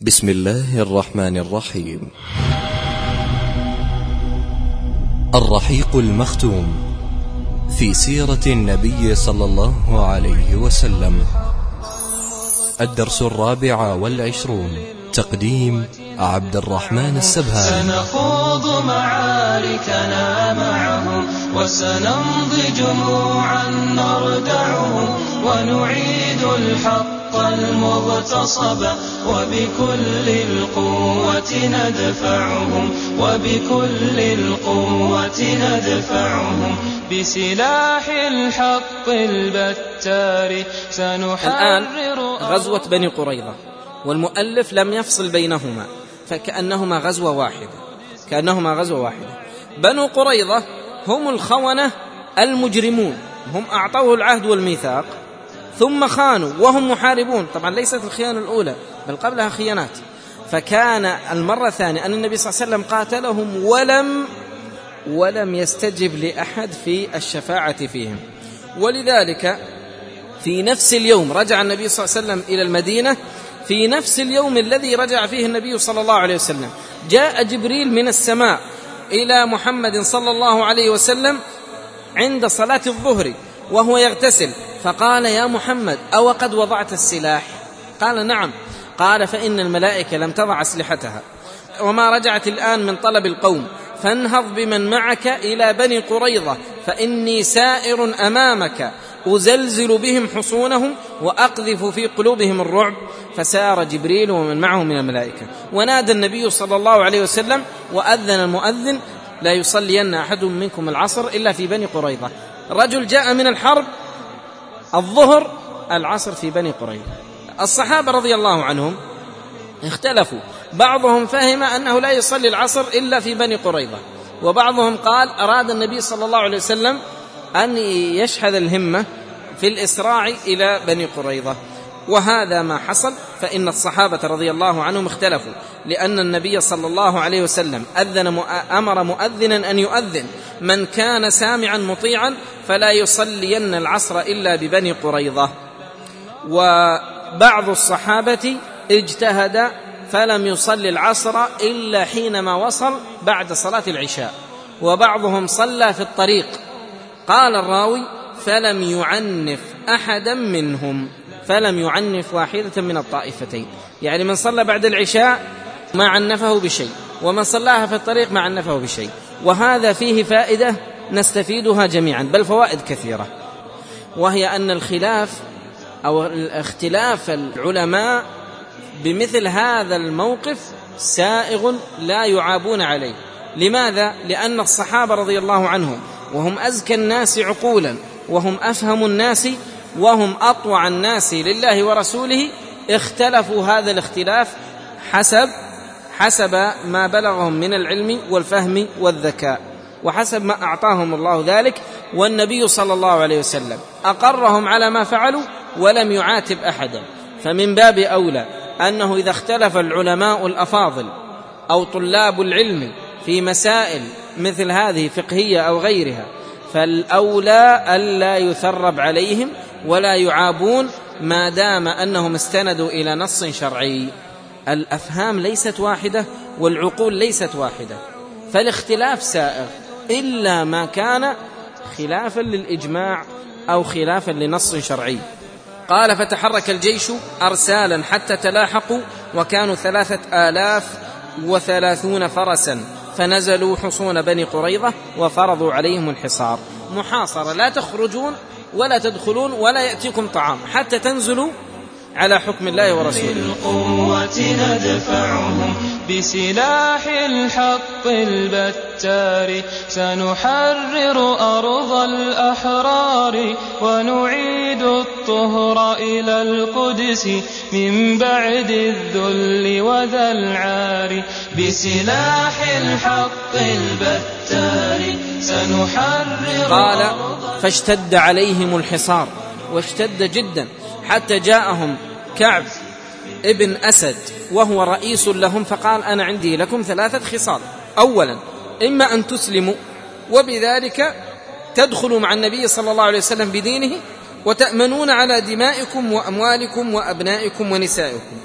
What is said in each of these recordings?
بسم الله الرحمن الرحيم. الرحيق المختوم في سيرة النبي صلى الله عليه وسلم، الدرس 24. تقديم عبد الرحمن السبهاني. سنخوض معاركنا معهم وسنمضي جموعا نردعهم ونعيد الحق المغتصب وبكل القوة ندفعهم بسلاح الحق البتار الآن غزوة بني قريظة، والمؤلف لم يفصل بينهما فكأنهما غزوة واحدة. بنو قريظة هم الخونة المجرمون، هم أعطوه العهد والميثاق ثم خانوا وهم محاربون. طبعا ليست الخيانة الأولى بل قبلها خيانات، فكان المرة الثانية أن النبي صلى الله عليه وسلم قاتلهم ولم يستجب لأحد في الشفاعة فيهم. ولذلك في نفس اليوم رجع النبي صلى الله عليه وسلم إلى المدينة، في نفس اليوم الذي رجع فيه النبي صلى الله عليه وسلم جاء جبريل من السماء إلى محمد صلى الله عليه وسلم عند صلاة الظهر وهو يغتسل، فقال: يا محمد، أو قد وضعت السلاح؟ قال: نعم. قال: فإن الملائكة لم تضع أسلحتها وما رجعت الآن من طلب القوم، فانهض بمن معك إلى بني قريظة فإني سائر أمامك أزلزل بهم حصونهم وأقذف في قلوبهم الرعب. فسار جبريل ومن معه من الملائكة، ونادى النبي صلى الله عليه وسلم وأذن المؤذن: لا يصلين أحد منكم العصر إلا في بني قريظة. رجل جاء من الحرب الظهر العصر في بني قريظة. الصحابة رضي الله عنهم اختلفوا، بعضهم فهم أنه لا يصلي العصر إلا في بني قريظة، وبعضهم قال أراد النبي صلى الله عليه وسلم أن يشحذ الهمة في الإسراع إلى بني قريظة. وهذا ما حصل، فإن الصحابة رضي الله عنهم اختلفوا، لأن النبي صلى الله عليه وسلم أمر مؤذنا أن يؤذن: من كان سامعا مطيعا فلا يصلين العصر إلا ببني قريظة. وبعض الصحابة اجتهد فلم يصلي العصر إلا حينما وصل بعد صلاة العشاء، وبعضهم صلى في الطريق. قال الراوي: فلم يعنف أحدا منهم، فلم يعنف واحدة من الطائفتين، يعني من صلى بعد العشاء ما عنفه بشيء، ومن صلاها في الطريق ما عنفه بشيء. وهذا فيه فائدة نستفيدها جميعا، بل فوائد كثيرة، وهي أن الخلاف أو اختلاف العلماء بمثل هذا الموقف سائغ لا يعابون عليه. لماذا؟ لأن الصحابة رضي الله عنهم وهم أزكى الناس عقولا وهم أفهم الناس وهم أطوع الناس لله ورسوله، اختلفوا هذا الاختلاف حسب ما بلغهم من العلم والفهم والذكاء، وحسب ما أعطاهم الله ذلك. والنبي صلى الله عليه وسلم أقرهم على ما فعلوا ولم يعاتب أحدا. فمن باب أولى أنه إذا اختلف العلماء الأفاضل أو طلاب العلم في مسائل مثل هذه فقهية أو غيرها، فالأولى ألا يثرب عليهم ولا يعابون ما دام أنهم استندوا إلى نص شرعي. الأفهام ليست واحدة والعقول ليست واحدة، فالاختلاف سائغ إلا ما كان خلافا للإجماع أو خلافا لنص شرعي. قال: فتحرك الجيش أرسالا حتى تلاحقوا، وكانوا 3030 فرسا، فنزلوا حصون بني قريظة وفرضوا عليهم الحصار. محاصرة، لا تخرجون ولا تدخلون ولا يأتيكم طعام حتى تنزلوا على حكم الله ورسوله. بالقوة ندفعهم بسلاح الحق البتار، سنحرر أرض الأحرار ونعيد الطهر إلى القدس من بعد الذل وذا العار. بسلاح الحق البتار سنحرر. قال: فاشتد عليهم الحصار، واشتد جدا، حتى جاءهم كعب ابن أسد وهو رئيس لهم، فقال: أنا عندي لكم 3 خصال: أولا، إما أن تسلموا وبذلك تدخلوا مع النبي صلى الله عليه وسلم بدينه وتأمنون على دمائكم وأموالكم وأبنائكم ونسائكم،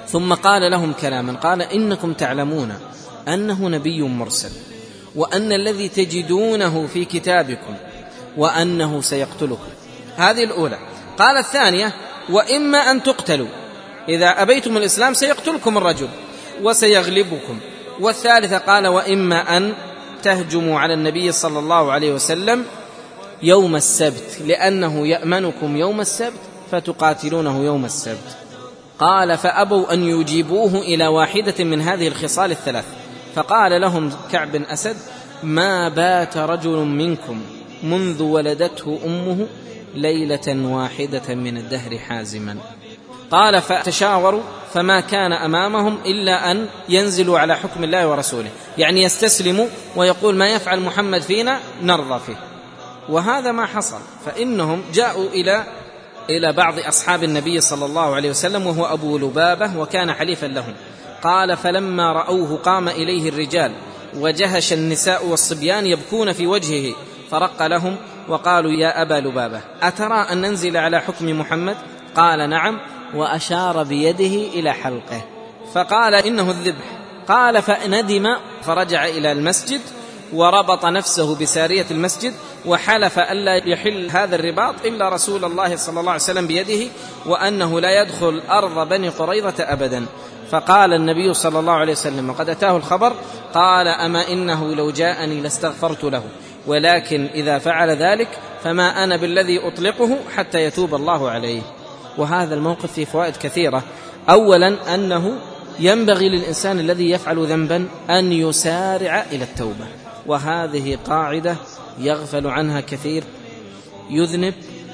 ثم قال لهم كلاما، قال: إنكم تعلمون أنه نبي مرسل، وأن الذي تجدونه في كتابكم وأنه سيقتلكم. هذه الأولى. قال الثانية: وإما أن تقتلوا، إذا أبيتم الإسلام سيقتلكم الرجل وسيغلبكم. والثالثة قال: وإما أن تهجموا على النبي صلى الله عليه وسلم يوم السبت، لأنه يأمنكم يوم السبت فتقاتلونه يوم السبت. قال: فأبوا أن يجيبوه إلى واحدة من هذه الخصال الثلاث. فقال لهم كعب بن أسد: ما بات رجل منكم منذ ولدته أمه ليلة واحدة من الدهر حازما. قال: فتشاوروا فما كان أمامهم إلا أن ينزلوا على حكم الله ورسوله، يعني يستسلموا ويقول: ما يفعل محمد فينا نرضى فيه. وهذا ما حصل، فإنهم جاءوا إلى بعض أصحاب النبي صلى الله عليه وسلم وهو أبو لبابة وكان حليفا لهم. قال: فلما رأوه قام إليه الرجال وجهش النساء والصبيان يبكون في وجهه، فرق لهم وقالوا: يا أبا لبابة، أترى أن ننزل على حكم محمد؟ قال: نعم، وأشار بيده إلى حلقه، فقال: إنه الذبح. قال: فندم فرجع إلى المسجد وربط نفسه بسارية المسجد وحلف ألا يحل هذا الرباط إلا رسول الله صلى الله عليه وسلم بيده، وأنه لا يدخل أرض بني قريظة أبدا. فقال النبي صلى الله عليه وسلم وقد أتاه الخبر، قال: أما إنه لو جاءني لاستغفرت له، ولكن إذا فعل ذلك فما أنا بالذي أطلقه حتى يتوب الله عليه. وهذا الموقف فيه فوائد كثيرة. أولا أنه ينبغي للإنسان الذي يفعل ذنبا أن يسارع إلى التوبة، وهذه قاعدة يغفل عنها كثير، يذنب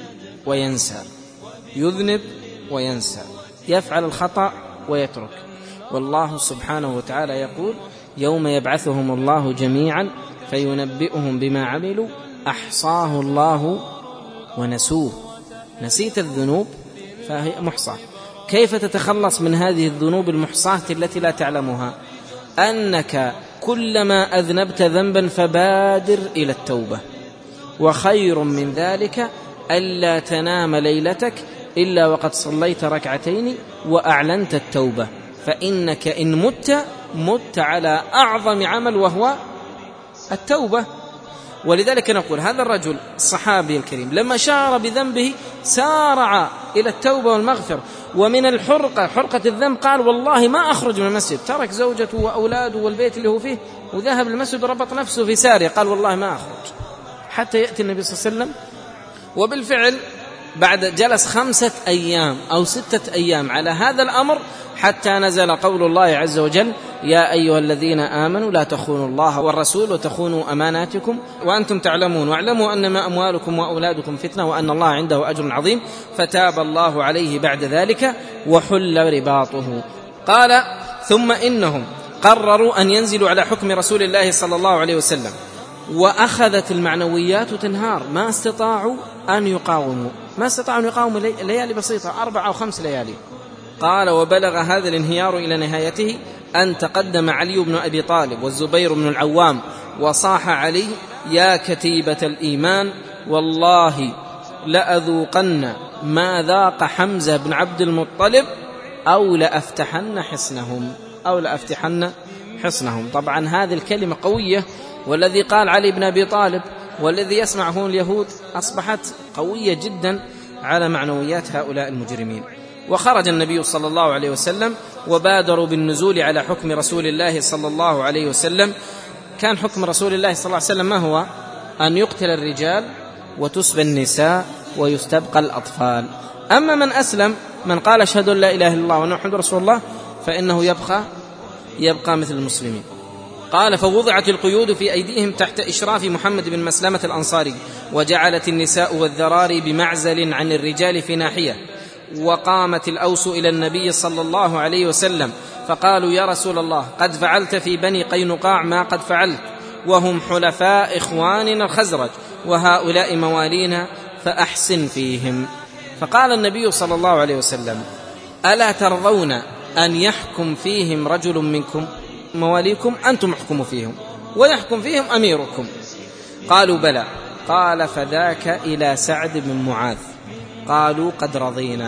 وينسى، يذنب وينسى، يفعل الخطأ ويترك. والله سبحانه وتعالى يقول: يوم يبعثهم الله جميعا فينبئهم بما عملوا أحصاه الله ونسوه. نسيت الذنوب فهي محصاة. كيف تتخلص من هذه الذنوب المحصاة التي لا تعلمها؟ أنك كلما أذنبت ذنبا فبادر إلى التوبة، وخير من ذلك ألا تنام ليلتك إلا وقد صليت ركعتين وأعلنت التوبة، فإنك إن مت على أعظم عمل وهو التوبة. ولذلك نقول هذا الرجل الصحابي الكريم لما شعر بذنبه سارع إلى التوبة والمغفرة، ومن حرقة الذنب قال: والله ما أخرج من المسجد، ترك زوجته وأولاده والبيت اللي هو فيه وذهب للمسجد وربط نفسه في سارية، قال: والله ما أخرج حتى يأتي النبي صلى الله عليه وسلم. وبالفعل بعد جلس 5 أيام أو 6 أيام على هذا الأمر حتى نزل قول الله عز وجل: يا أيها الذين آمنوا لا تخونوا الله والرسول وتخونوا أماناتكم وأنتم تعلمون، واعلموا أنما أموالكم وأولادكم فتنة وأن الله عنده أجر عظيم. فتاب الله عليه بعد ذلك وحل رباطه. قال: ثم إنهم قرروا أن ينزلوا على حكم رسول الله صلى الله عليه وسلم، وأخذت المعنويات تنهار، ما استطاعوا أن يقاوموا ليالي بسيطة 4 أو 5 ليالي. قال: وبلغ هذا الانهيار إلى نهايته أن تقدم علي بن أبي طالب والزبير بن العوام وصاح علي: يا كتيبة الإيمان، والله لأذوقن ما ذاق حمزة بن عبد المطلب أو لأفتحن حصنهم. طبعا هذه الكلمة قوية، والذي قال علي بن أبي طالب والذي يسمعه اليهود أصبحت قوية جدا على معنويات هؤلاء المجرمين. وخرج النبي صلى الله عليه وسلم وبادروا بالنزول على حكم رسول الله صلى الله عليه وسلم. كان حكم رسول الله صلى الله عليه وسلم ما هو؟ أن يقتل الرجال وتسبى النساء ويستبقى الأطفال. أما من أسلم، من قال أشهد أن لا إله إلا الله وأن محمد رسول الله، فإنه يبقى مثل المسلمين. قال: فوضعت القيود في أيديهم تحت إشراف محمد بن مسلمة الأنصاري، وجعلت النساء والذراري بمعزل عن الرجال في ناحية. وقامت الأوس إلى النبي صلى الله عليه وسلم فقالوا: يا رسول الله، قد فعلت في بني قينقاع ما قد فعلت، وهم حلفاء إخواننا الخزرج، وهؤلاء موالينا، فأحسن فيهم. فقال النبي صلى الله عليه وسلم: ألا ترضون أن يحكم فيهم رجل منكم؟ مواليكم أنتم احكموا فيهم ويحكم فيهم أميركم. قالوا: بلى. قال: فذاك إلى سعد بن معاذ. قالوا: قد رضينا.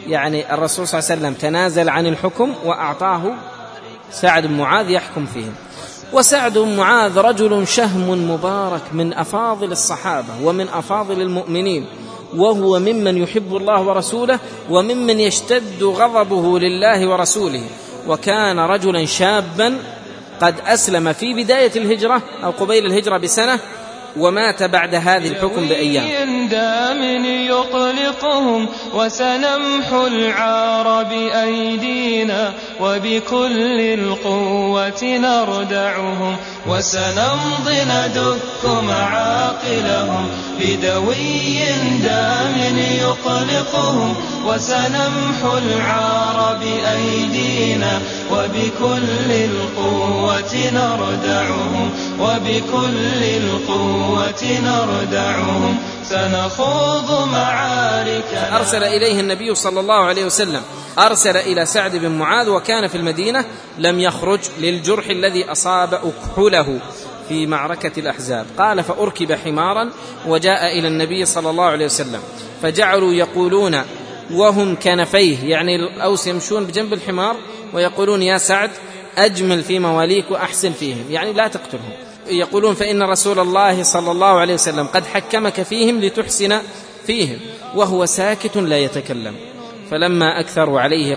يعني الرسول صلى الله عليه وسلم تنازل عن الحكم وأعطاه سعد بن معاذ يحكم فيهم. وسعد بن معاذ رجل شهم مبارك من أفاضل الصحابة ومن أفاضل المؤمنين، وهو ممن يحب الله ورسوله وممن يشتد غضبه لله ورسوله، وكان رجلا شابا قد أسلم في بداية الهجرة أو قبيل الهجرة بسنة، ومات بعد هذه الحكم بأيام. دام يقلقهم وسنمحو العار بأيدينا وبكل القوة نردعهم، وسنمضي ندك معاقلهم بدوي دام يقلقهم، وسنمحو العار بأيدينا وبكل القوة نردعهم، وبكل القوة نردعهم، سنخوض معارك. أرسل إليه النبي صلى الله عليه وسلم، أرسل إلى سعد بن معاذ وكان في المدينة، لم يخرج للجرح الذي أصاب أكحله في معركة الأحزاب. قال فأركب حمارا وجاء إلى النبي صلى الله عليه وسلم، فجعلوا يقولون وهم كنفيه، يعني الأوس يمشون بجنب الحمار ويقولون يا سعد أجمل في مواليك وأحسن فيهم، يعني لا تقتلهم. يقولون فإن رسول الله صلى الله عليه وسلم قد حكمك فيهم لتحسن فيهم، وهو ساكت لا يتكلم. فلما أكثروا عليه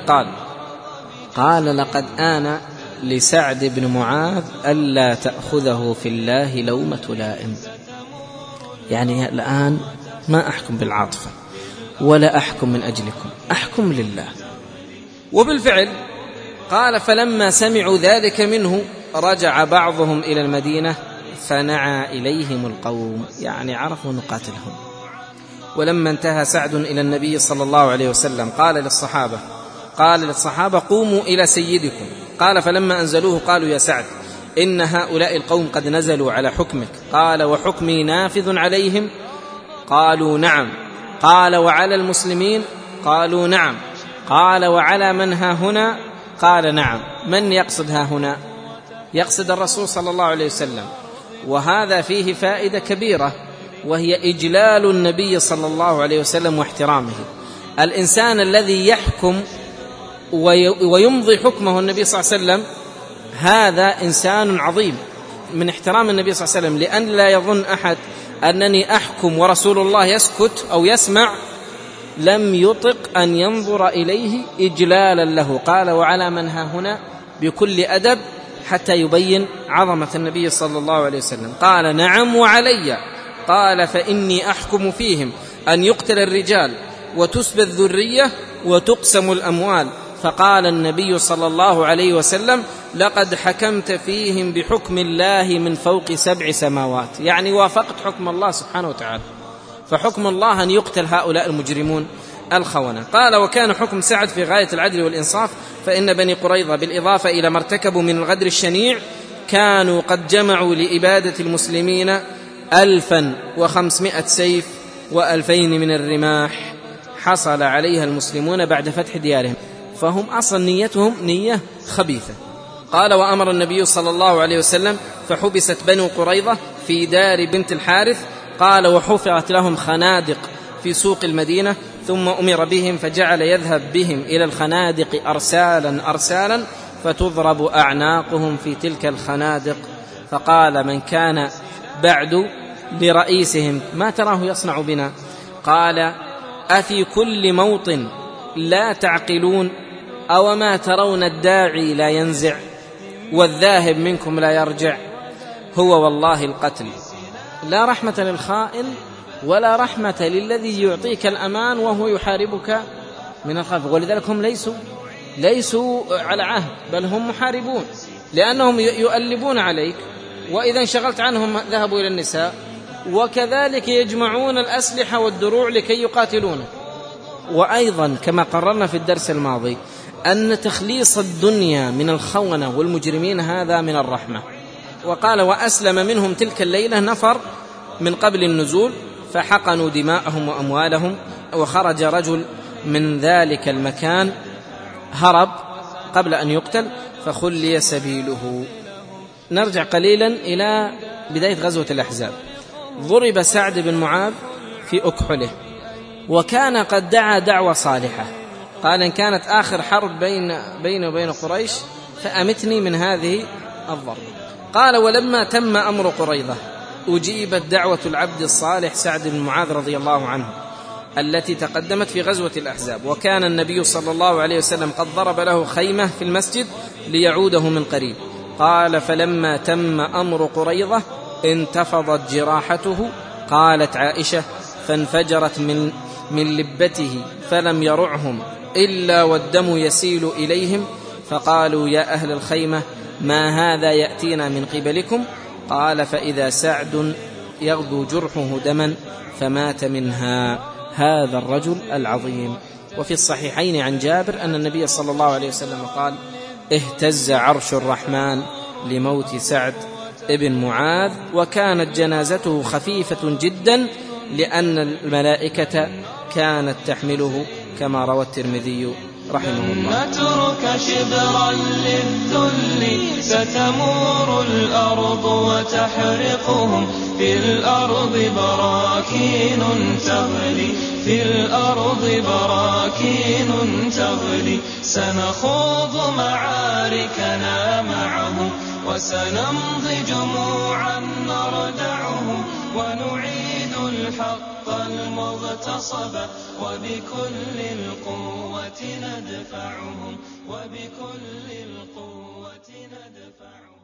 قال لقد آن لسعد بن معاذ ألا تأخذه في الله لومة لائم، يعني الآن ما أحكم بالعاطفة ولا أحكم من أجلكم، أحكم لله. وبالفعل قال فلما سمعوا ذلك منه رجع بعضهم إلى المدينة فنعى إليهم القوم، يعني عرفوا نقاتلهم. ولما انتهى سعد إلى النبي صلى الله عليه وسلم قال للصحابة قوموا إلى سيدكم. قال فلما أنزلوه قالوا يا سعد إن هؤلاء القوم قد نزلوا على حكمك. قال وحكمي نافذ عليهم؟ قالوا نعم. قال وعلى المسلمين؟ قالوا نعم. قال وعلى من ها هنا؟ قال نعم. من يقصد ها هنا؟ يقصد الرسول صلى الله عليه وسلم. وهذا فيه فائدة كبيرة، وهي إجلال النبي صلى الله عليه وسلم واحترامه. الإنسان الذي يحكم ويمضي حكمه النبي صلى الله عليه وسلم هذا إنسان عظيم. من احترام النبي صلى الله عليه وسلم لأن لا يظن أحد أنني أحكم ورسول الله يسكت أو يسمع، لم يطق أن ينظر إليه إجلالا له. قال وعلى من ها هنا بكل أدب حتى يبين عظمة النبي صلى الله عليه وسلم. قال نعم وعلي. قال فإني أحكم فيهم أن يقتل الرجال وتسبى الذرية وتقسم الأموال. فقال النبي صلى الله عليه وسلم لقد حكمت فيهم بحكم الله من فوق 7 سماوات، يعني وافقت حكم الله سبحانه وتعالى. فحكم الله أن يقتل هؤلاء المجرمون الخونة. قال وكان حكم سعد في غاية العدل والإنصاف، فإن بني قريظة بالإضافة إلى ما ارتكبوا من الغدر الشنيع كانوا قد جمعوا لإبادة المسلمين 1500 سيف و2000 من الرماح حصل عليها المسلمون بعد فتح ديارهم، فهم أصلا نيتهم نية خبيثة. قال وأمر النبي صلى الله عليه وسلم فحبست بنو قريظة في دار بنت الحارث. قال وحفرت لهم خنادق في سوق المدينة، ثم أمر بهم فجعل يذهب بهم إلى الخنادق أرسالا فتضرب أعناقهم في تلك الخنادق. فقال من كان بعد لرئيسهم ما تراه يصنع بنا؟ قال أفي كل موطن لا تعقلون؟ أو ما ترون الداعي لا ينزع والذاهب منكم لا يرجع؟ هو والله القتل، لا رحمة للخائن ولا رحمة للذي يعطيك الأمان وهو يحاربك من الخلف. ولذلك هم ليسوا على عهد، بل هم محاربون، لأنهم يؤلبون عليك، وإذا انشغلت عنهم ذهبوا إلى النساء، وكذلك يجمعون الأسلحة والدروع لكي يقاتلونه. وأيضا كما قررنا في الدرس الماضي أن تخليص الدنيا من الخونة والمجرمين هذا من الرحمة. وقال وأسلم منهم تلك الليلة نفر من قبل النزول فحقنوا دماءهم وأموالهم. وخرج رجل من ذلك المكان هرب قبل أن يقتل فخلي سبيله. نرجع قليلا إلى بداية غزوة الأحزاب. ضرب سعد بن معاذ في أكحله، وكان قد دعا دعوة صالحة، قال إن كانت آخر حرب بيني وبين قريش فأمتني من هذه الضربة. قال ولما تم أمر قريظة أجيبت دعوة العبد الصالح سعد بن معاذ رضي الله عنه التي تقدمت في غزوة الأحزاب، وكان النبي صلى الله عليه وسلم قد ضرب له خيمة في المسجد ليعوده من قريب. قال فلما تم أمر قريظة انتفضت جراحته. قالت عائشة فانفجرت من لبته فلم يرعهم إلا والدم يسيل إليهم، فقالوا يا أهل الخيمة ما هذا يأتينا من قبلكم؟ قال فإذا سعد يغدو جرحه دما فمات منها هذا الرجل العظيم. وفي الصحيحين عن جابر أن النبي صلى الله عليه وسلم قال اهتز عرش الرحمن لموت سعد ابن معاذ، وكانت جنازته خفيفة جدا لأن الملائكة كانت تحمله كما روى الترمذي رحمه الله. نترك شبرا للذل ستمور الأرض وتحرقهم، في الأرض براكين تغلي، في الأرض براكين تغلي، سنخوض معاركنا معهم وسنمضي جموعا نردعهم، ونعيد الحق المغتصب وبكل القوة ندفعهم، وبكل القوة ندفعهم.